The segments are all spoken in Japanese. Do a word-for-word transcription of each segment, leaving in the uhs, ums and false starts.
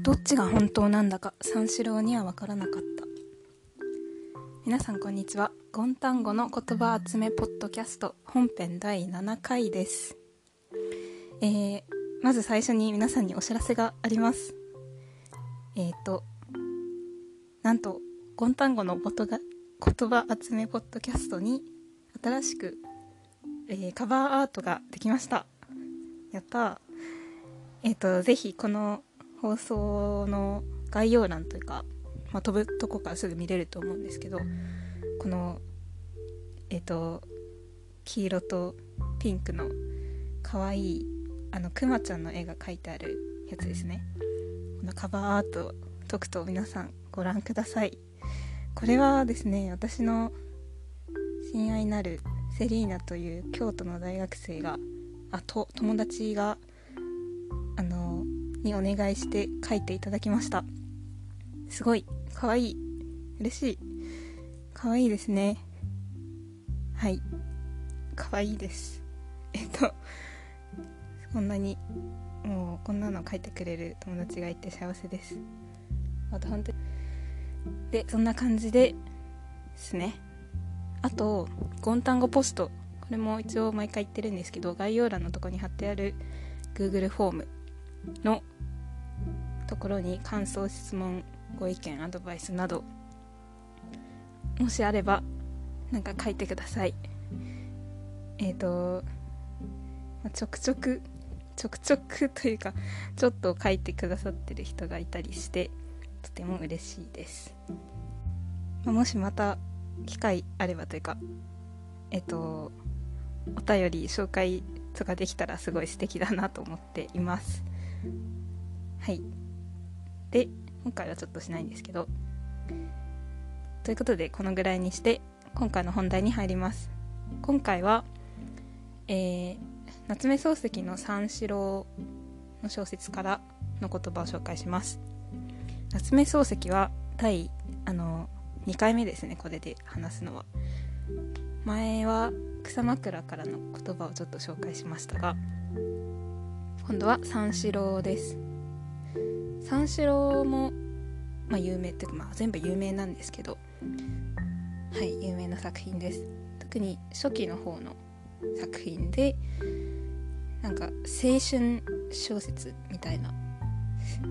どっちが本当なんだか三四郎には分からなかった。皆さんこんにちは。ゴンタンゴの言葉集めポッドキャスト本編だいななかいです。えー、まず最初に皆さんにお知らせがあります。えーとなんとゴンタンゴの言葉集めポッドキャストに新しく、えー、カバーアートができました。やったー。えーとぜひこの放送の概要欄というか、まあ、飛ぶとこからすぐ見れると思うんですけど、このえっ、ー、と黄色とピンクのかわいいあのクマちゃんの絵が描いてあるやつですね。このカバーアートを解くと皆さんご覧ください。これはですね、私の親愛なるセリーナという京都の大学生があと友達があのにお願いして描いていただきました。すごいかわいい、嬉しい、かわいいですね。はい、かわいいです。えっとこんなにもうこんなの描いてくれる友達がいて幸せです。あと本当にでそんな感じでですね。あとゴンタンゴポスト、これも一応毎回言ってるんですけど、概要欄のところに貼ってある Google フォームのところに感想、質問、ご意見、アドバイスなどもしあればなんか書いてください。えっと、まあ、ちょくちょくちょくちょくというかちょっと書いてくださってる人がいたりしてとても嬉しいです。まあ、もしまた機会あればというかえっとお便り紹介とかできたらすごい素敵だなと思っています。はい。で今回はちょっとしないんですけど、ということでこのぐらいにして今回の本題に入ります。今回は、えー、夏目漱石の三四郎の小説からの言葉を紹介します。夏目漱石は第あのにかいめですね、これで話すのは。前は草枕からの言葉をちょっと紹介しましたが、今度は三四郎です。三四郎も、まあ、有名っていうか、まあ、全部有名なんですけど、はい、有名な作品です。特に初期の方の作品でなんか青春小説みたいな、うん、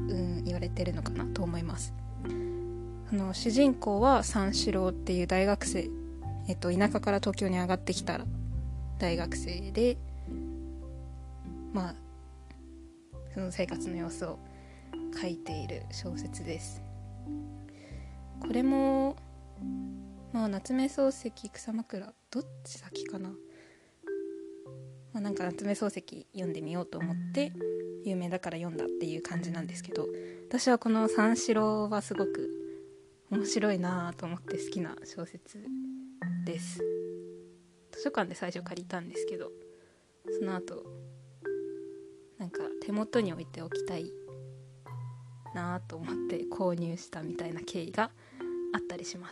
言われてるのかなと思います。あの主人公は三四郎っていう大学生、えっと、田舎から東京に上がってきた大学生で、まあその生活の様子を書いている小説です。これもまあ夏目漱石、草枕どっち先かな、まあ、なんか夏目漱石読んでみようと思って有名だから読んだっていう感じなんですけど、私はこの三四郎はすごく面白いなと思って好きな小説です。図書館で最初借りたんですけど、その後なんか手元に置いておきたいなと思って購入したみたいな経緯があったりします。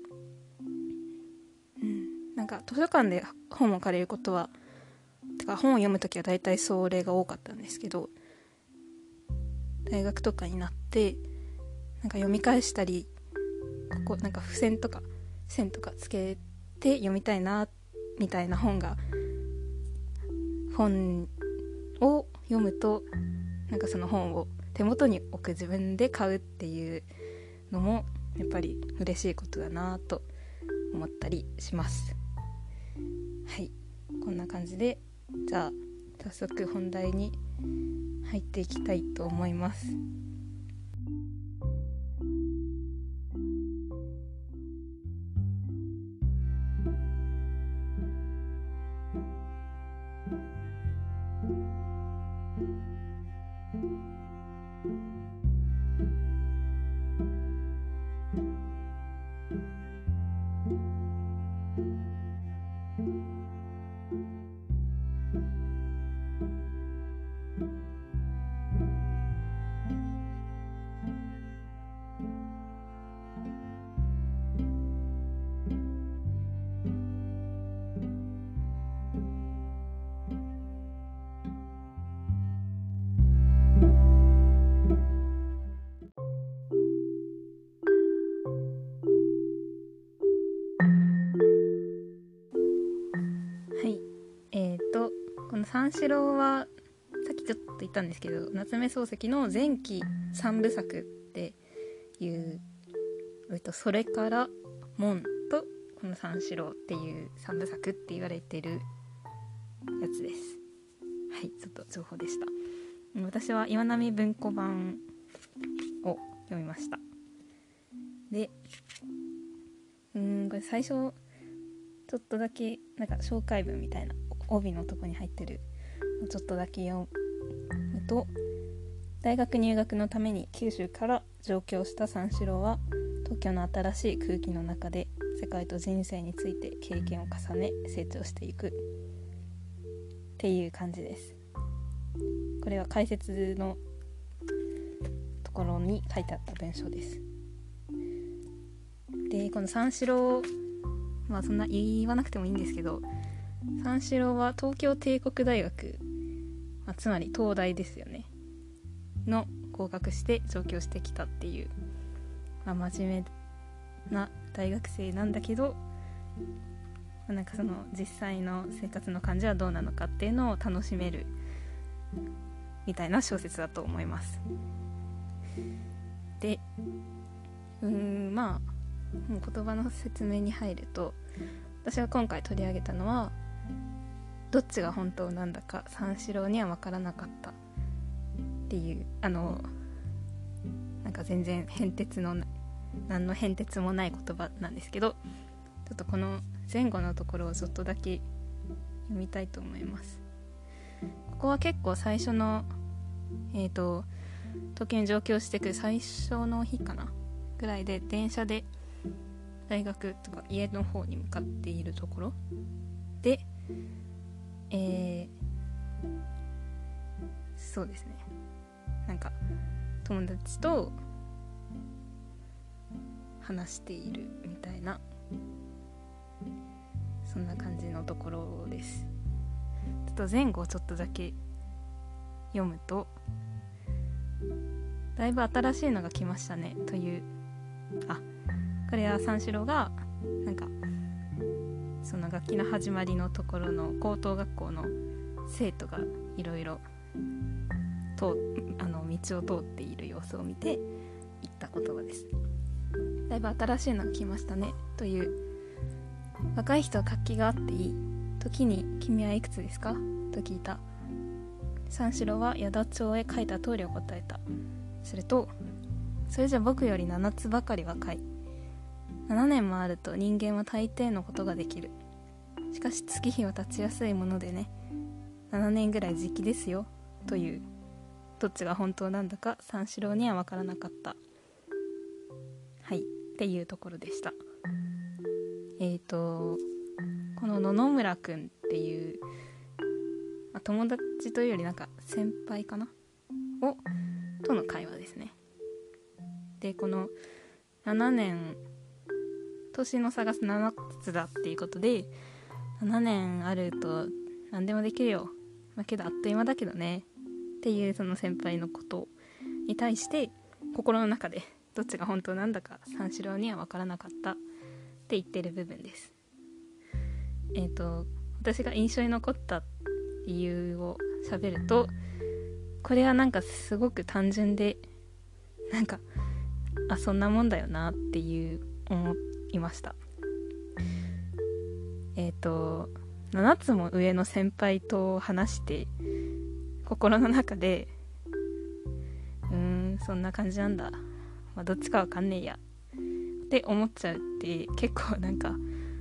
うん、なんか図書館で本を借りることはてか本を読むときは大体それが多かったんですけど、大学とかになってなんか読み返したり、ここなんか付箋とか線とかつけて読みたいなみたいな本が本を読むと、なんかその本を手元に置く、自分で買うっていうのもやっぱり嬉しいことだなと思ったりします。はい、こんな感じでじゃあ早速本題に入っていきたいと思います。 三四郎はさっきちょっと言ったんですけど、夏目漱石の前期三部作っていう、えっと、それから門とこの三四郎っていう三部作って言われてるやつです。はい、ちょっと情報でした。私は岩波文庫版を読みました。で、うーんこれ最初ちょっとだけなんか紹介文みたいな帯のとこに入ってるちょっとだけ読むと、大学入学のために九州から上京した三四郎は東京の新しい空気の中で世界と人生について経験を重ね成長していくっていう感じです。これは解説のところに書いてあった文章です。で、この三四郎、まあそんな言わなくてもいいんですけど、三四郎は東京帝国大学、まあ、つまり東大ですよねの合格して上京してきたっていう、まあ、真面目な大学生なんだけど、まあ、なんかその実際の生活の感じはどうなのかっていうのを楽しめるみたいな小説だと思います。で、うーんまあもう言葉の説明に入ると、私が今回取り上げたのはどっちが本当なんだか三四郎には分からなかったっていう、あのなんか全然変哲の何の変哲もない言葉なんですけど、ちょっとこの前後のところをちょっとだけ読みたいと思います。ここは結構最初のえっと東京に上京してくる最初の日かなぐらいで、電車で大学とか家の方に向かっているところで、えー、そうですね、なんか友達と話しているみたいな、そんな感じのところです。ちょっと前後をちょっとだけ読むと、だいぶ新しいのが来ましたねという、あ、これは三四郎がなんかその楽器の始まりのところの高等学校の生徒がいろいろとあの道を通っている様子を見て言った言葉です。だいぶ新しいのが来ましたねという、若い人は活気があっていい、時に君はいくつですかと聞いた。三四郎は矢田町へ書いた通りを答えた。すると、それじゃ僕より七つばかり若い。七年もあると人間は大抵のことができる。しかし月日は経ちやすいものでね、七年ぐらい時期ですよという、どっちが本当なんだか三四郎には分からなかった。はいっていうところでした。えーとこの野々村くんっていう、まあ、友達というよりなんか先輩かなをとの会話ですね。で、このななねん年の差がななつだっていうことで、ななねんあると何でもできるよ、まあ、けどあっという間だけどねっていう、その先輩のことに対して心の中でどっちが本当なんだか三四郎には分からなかったって言ってる部分です。えっと私が印象に残った理由を喋ると、これはなんかすごく単純で、なんかあそんなもんだよなっていう思いました。えっとななつも上の先輩と話して心の中でうーんそんな感じなんだ、まあ、どっちかわかんねえやって思っちゃうって結構なんか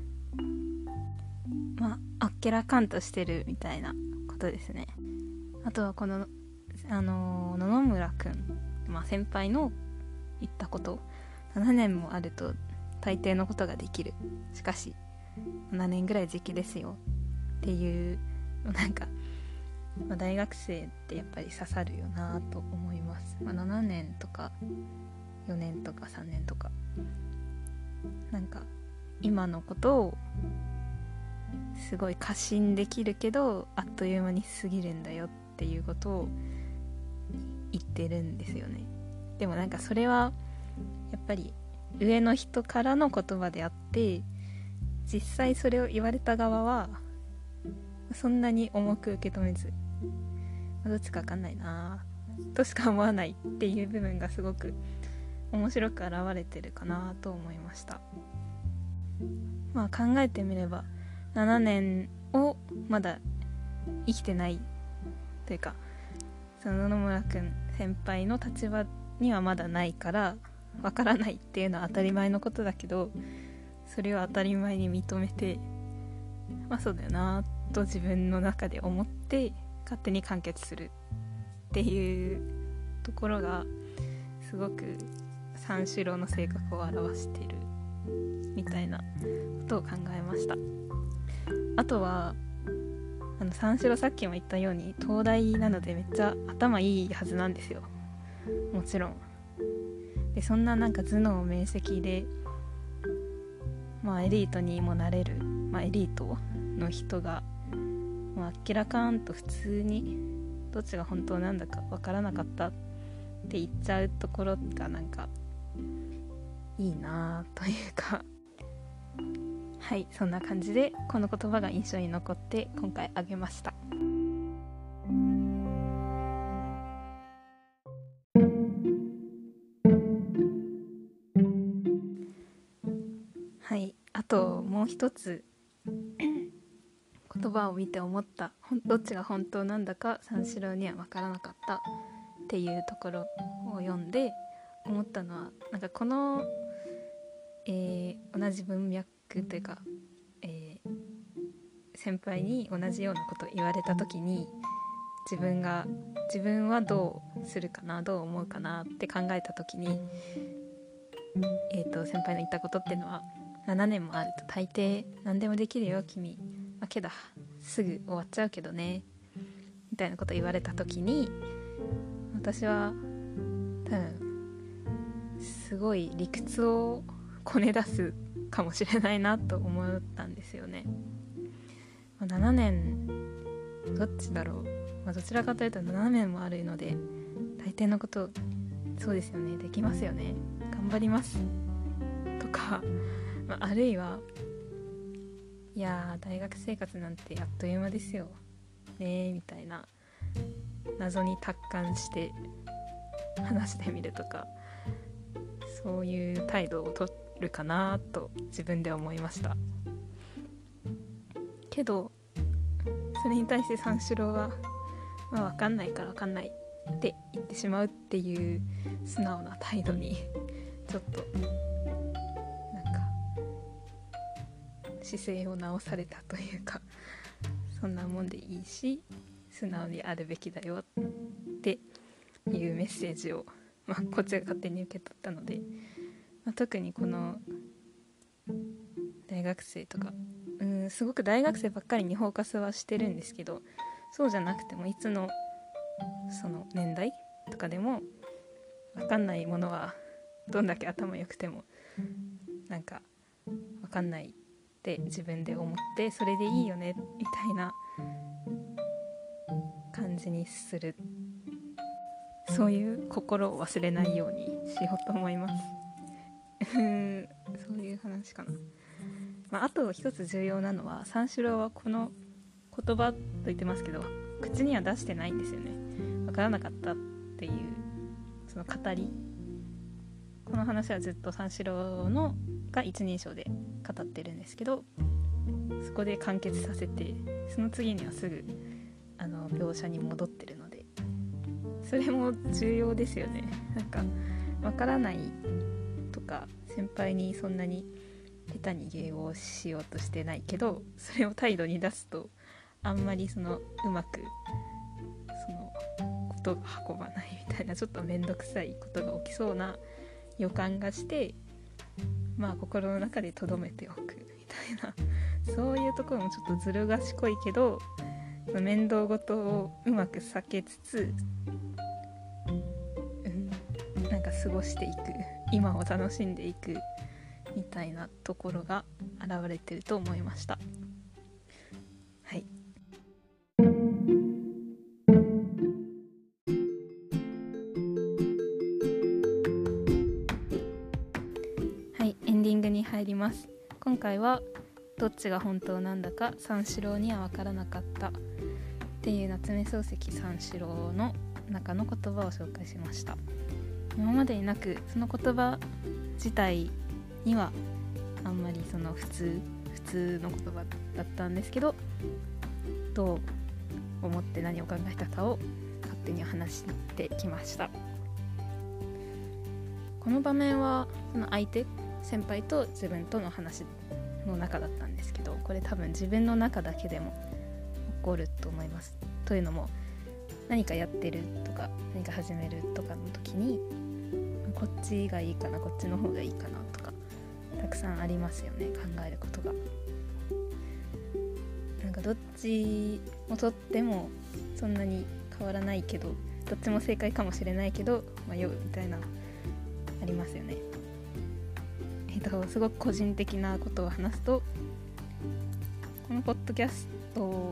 まああっけらかんとしてるみたいなことですね。あとはこのあの野々村くん、まあ、先輩の言ったこと、ななねんもあると大抵のことができる、しかしななねんぐらい時期ですよっていう、なんか、まあ、大学生ってやっぱり刺さるよなと思います。まあ、ななねんとかよねんとかさんねんとか、なんか今のことをすごい過信できるけどあっという間に過ぎるんだよっていうことを言ってるんですよね。でもなんかそれはやっぱり上の人からの言葉であって、実際それを言われた側はそんなに重く受け止めず、どっちか分かんないなとしか思わないっていう部分がすごく面白く現れてるかなと思いました。まあ考えてみればななねんをまだ生きてないというか、その野々村くん先輩の立場にはまだないからわからないっていうのは当たり前のことだけど、それを当たり前に認めて、まあそうだよなと自分の中で思って勝手に完結するっていうところがすごく三四郎の性格を表しているみたいなことを考えました。あとはあの三四郎、さっきも言ったように東大なのでめっちゃ頭いいはずなんですよ、もちろん。でそんななんか頭脳明晰で、まあエリートにもなれる、まあ、エリートの人が、まあ、明らかんと普通にどっちが本当なんだか分からなかったって言っちゃうところがなんかいいなというかはい、そんな感じでこの言葉が印象に残って今回あげました。はい、あともう一つ言葉を見て思った、どっちが本当なんだか三四郎には分からなかったっていうところを読んで思ったのは、なんかこの、えー、同じ文脈というか、えー、先輩に同じようなことを言われた時に自分が自分はどうするかな、どう思うかなって考えた時に、えーと、先輩の言ったことっていうのは、ななねんもあると大抵何でもできるよ君、まあ、けどすぐ終わっちゃうけどねみたいなこと言われた時に、私は多分すごい理屈をこね出すかもしれないなと思ったんですよね。まあ、ななねんどっちだろう、まあ、どちらかというとななねんもあるので大抵のことそうですよね、できますよね、頑張りますとか、まあ、あるいはいや大学生活なんてあっという間ですよねみたいな謎に達観して話してみるとか、そういう態度を取るかなと自分で思いました。けどそれに対して三四郎は、まあ、分かんないから分かんないって言ってしまうっていう素直な態度にちょっとなんか姿勢を直されたというか、そんなもんでいいし素直にあるべきだよっていうメッセージを、まあ、こっちが勝手に受け取ったので、まあ、特にこの大学生とか、うん、すごく大学生ばっかりにフォーカスはしてるんですけど、そうじゃなくてもいつのその年代とかでも分かんないものはどんだけ頭良くてもなんか分かんないって自分で思ってそれでいいよねみたいな感じにする、そういう心を忘れないようにしようと思いますそういう話かな。まあ、あと一つ重要なのは、三四郎はこの言葉と言ってますけど口には出してないんですよね。分からなかったっていうその語り、この話はずっと三四郎のが一人称で語ってるんですけど、そこで完結させてその次にはすぐあの描写に戻ってるので、それも重要ですよね。なんか分からないとか先輩にそんなに下手に迎合しようとしてないけど、それを態度に出すとあんまりそのうまくそのことが運ばないみたいな、ちょっとめんどくさいことが起きそうな予感がして、まあ心の中で留めておくみたいな、そういうところもちょっとずる賢いけど面倒事をうまく避けつつ、うん、なんか過ごしていく、今を楽しんでいくみたいなところが現れてると思いました。はい。はい、エンディングに入ります。今回は、 どっちが本当なんだか三四郎には分からなかったっていう夏目漱石三四郎の中の言葉を紹介しました。今までになくその言葉自体にはあんまりその普通普通の言葉だったんですけど、どう思って何を考えたかを勝手に話してきました。この場面はその相手先輩と自分との話の中だったんですけど、これ多分自分の中だけでも起こると思います。というのも何かやってるとか何か始めるとかの時にこっちがいいかなこっちの方がいいかなとかたくさんありますよね。考えることがなんかどっちをとってもそんなに変わらないけど、どっちも正解かもしれないけど迷うみたいなありますよね。えっとすごく個人的なことを話すと、このポッドキャストを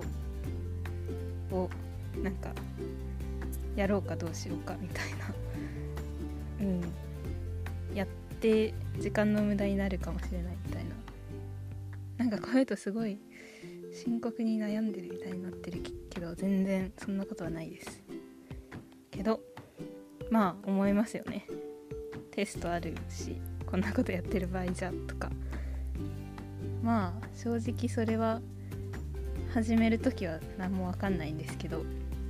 なんかやろうかどうしようかみたいな、うん、やって時間の無駄になるかもしれないみたいな、なんかこういうとすごい深刻に悩んでるみたいになってるけど、全然そんなことはないですけど、まあ思いますよね。テストあるしこんなことやってる場合じゃとか、まあ正直それは始めるときは何も分かんないんですけど、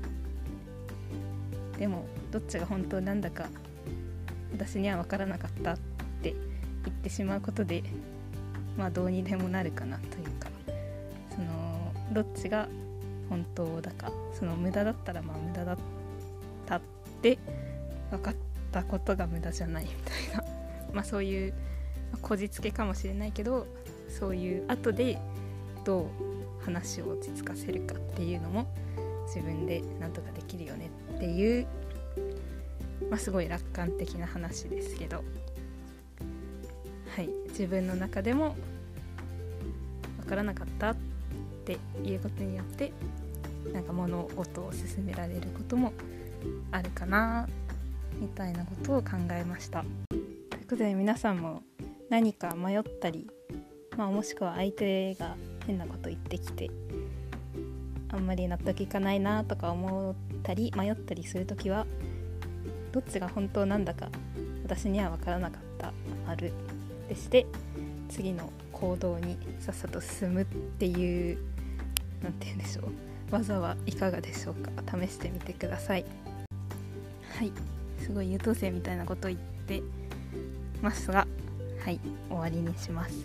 でもどっちが本当なんだか私には分からなかったって言ってしまうことで、まあどうにでもなるかなというか、そのどっちが本当だか、その無駄だったらまあ無駄だったって分かったことが無駄じゃないみたいなまあそういうこじつけかもしれないけど、そういう後でどう話を落ち着かせるかっていうのも自分でなんとかできるよねっていう、まあ、すごい楽観的な話ですけど、はい、自分の中でも分からなかったっていうことによってなんか物事を進められることもあるかなみたいなことを考えました。ということで皆さんも何か迷ったり、まあ、もしくは相手が変なこと言ってきてあんまり納得いかないなとか思ったり迷ったりするときは、どっちが本当なんだか私には分からなかった丸でして、次の行動にさっさと進むっていうなんて言うんでしょう、技はいかがでしょうか。試してみてください。はい、すごい優等生みたいなことを言ってますが、はい終わりにします。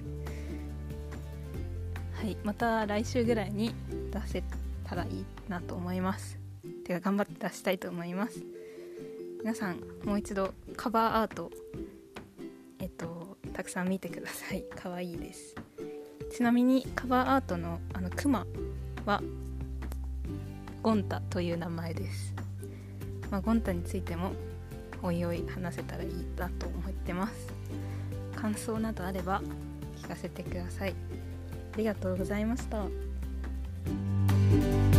はい、また来週ぐらいに出せたらいいなと思います。てか頑張って出したいと思います。皆さんもう一度カバーアートえっとたくさん見てください。かわいいです。ちなみにカバーアートのあのクマはゴンタという名前です。まあ、ゴンタについてもおいおい話せたらいいなと思ってます。感想などあれば聞かせてください。ありがとうございました。